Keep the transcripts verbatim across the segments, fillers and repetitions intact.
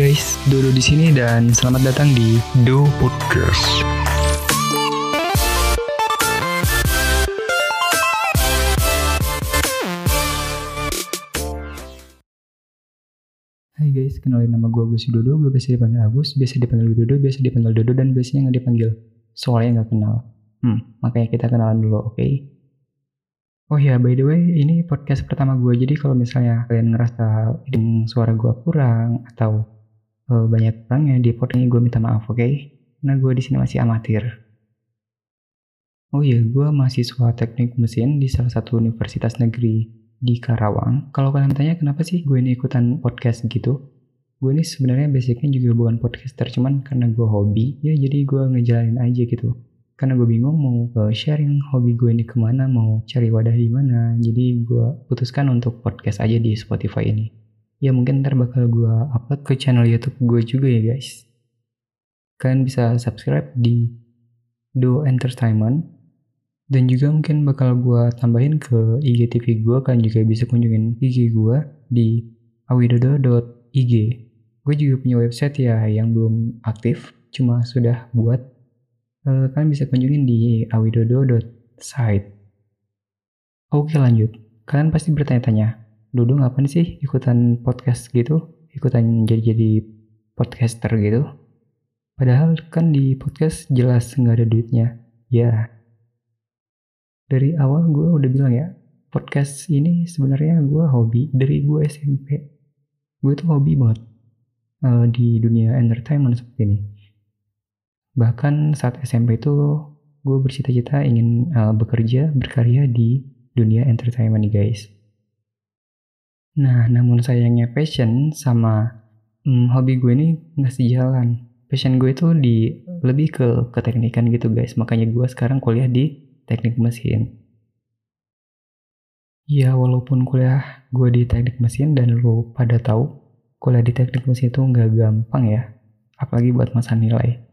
guys, Dodo di sini dan selamat datang di Do Podcast. Hai guys, kenalin nama gue Agus Dodo. Gue biasa dipanggil Agus, biasa dipanggil Dodo, biasa dipanggil Dodo, dan biasanya nggak dipanggil soalnya nggak kenal. Hmm, makanya kita kenalan dulu, oke? Okay? Oh ya, by the way, ini podcast pertama gue. Jadi kalau misalnya kalian ngerasa suara gue kurang atau uh, banyak kurangnya di podcast ini, gue minta maaf, oke? Okay? Karena gue di sini masih amatir. Oh iya, gue mahasiswa teknik mesin di salah satu universitas negeri di Karawang. Kalau kalian tanya kenapa sih gue ini ikutan podcast gitu, gue ini sebenarnya basicnya juga bukan podcaster, cuman karena gue hobi, ya jadi gue ngejalanin aja gitu. Karena gue bingung mau sharing hobi gue ini kemana, mau cari wadah di mana, jadi gue putuskan untuk podcast aja di Spotify ini. Ya mungkin ntar bakal gue upload ke channel YouTube gue juga ya guys. Kalian bisa subscribe di Do Entertainment, dan juga mungkin bakal gue tambahin ke I G T V gue. Kalian juga bisa kunjungin I G gue di awidodo dot i g. Gue juga punya website ya yang belum aktif, cuma sudah buat. Uh, kalian bisa kunjungin di awidodo dot site. Oke lanjut. Kalian pasti bertanya-tanya, Dodo ngapain sih ikutan podcast gitu? Ikutan jadi-jadi podcaster gitu? Padahal kan di podcast jelas nggak ada duitnya. Ya. Dari awal gue udah bilang ya, podcast ini sebenarnya gue hobi. Dari gue S M P. Gue tuh hobi banget uh, di dunia entertainment seperti ini. Bahkan saat S M P itu gue bercita-cita ingin uh, bekerja, berkarya di dunia entertainment nih guys. Nah, namun sayangnya passion sama um, hobi gue ini gak sejalan. Passion gue itu di lebih ke keteknikan gitu guys. Makanya gue sekarang kuliah di teknik mesin. Ya walaupun kuliah gue di teknik mesin dan lo pada tahu kuliah di teknik mesin itu gak gampang ya. Apalagi buat masa nilai.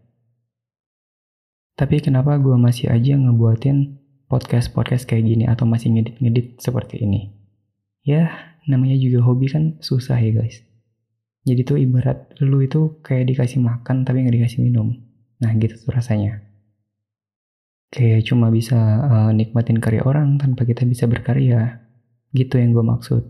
Tapi kenapa gue masih aja ngebuatin podcast-podcast kayak gini atau masih ngedit-ngedit seperti ini? Ya, namanya juga hobi kan susah ya guys. Jadi tuh ibarat lu itu kayak dikasih makan tapi gak dikasih minum. Nah gitu tuh rasanya. Kayak cuma bisa uh, nikmatin karya orang tanpa kita bisa berkarya. Gitu yang gue maksud.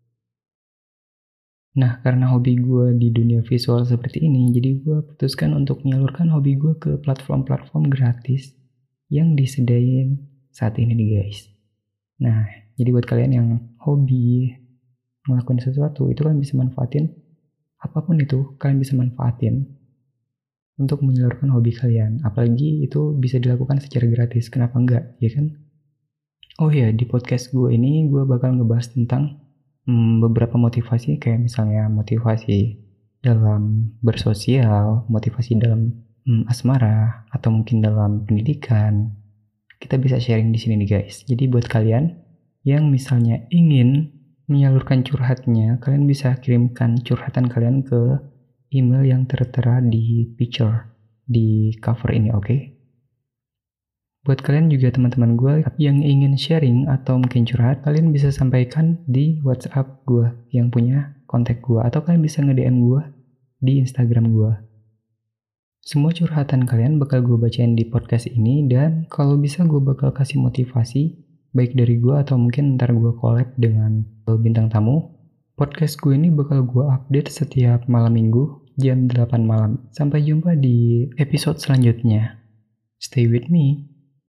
Nah, karena hobi gue di dunia visual seperti ini, jadi gue putuskan untuk menyalurkan hobi gue ke platform-platform gratis yang disediain saat ini nih guys. Nah, jadi buat kalian yang hobi ngelakuin sesuatu, itu kalian bisa manfaatin, apapun itu, kalian bisa manfaatin untuk menyalurkan hobi kalian. Apalagi itu bisa dilakukan secara gratis, kenapa enggak, ya kan? Oh ya, di podcast gue ini gue bakal ngebahas tentang Hmm, beberapa motivasi kayak misalnya motivasi dalam bersosial, motivasi dalam hmm, asmara, atau mungkin dalam pendidikan. Kita bisa sharing di sini nih guys. Jadi buat kalian yang misalnya ingin menyalurkan curhatnya, kalian bisa kirimkan curhatan kalian ke email yang tertera di picture di cover ini, oke? Okay? Buat kalian juga teman-teman gue yang ingin sharing atau mungkin curhat, kalian bisa sampaikan di WhatsApp gue yang punya kontak gue, atau kalian bisa nge-D M gue di Instagram gue. Semua curhatan kalian bakal gue bacain di podcast ini, dan kalau bisa gue bakal kasih motivasi baik dari gue atau mungkin ntar gue collab dengan bintang tamu. Podcast gue ini bakal gue update setiap malam minggu jam delapan malam. Sampai jumpa di episode selanjutnya. Stay with me.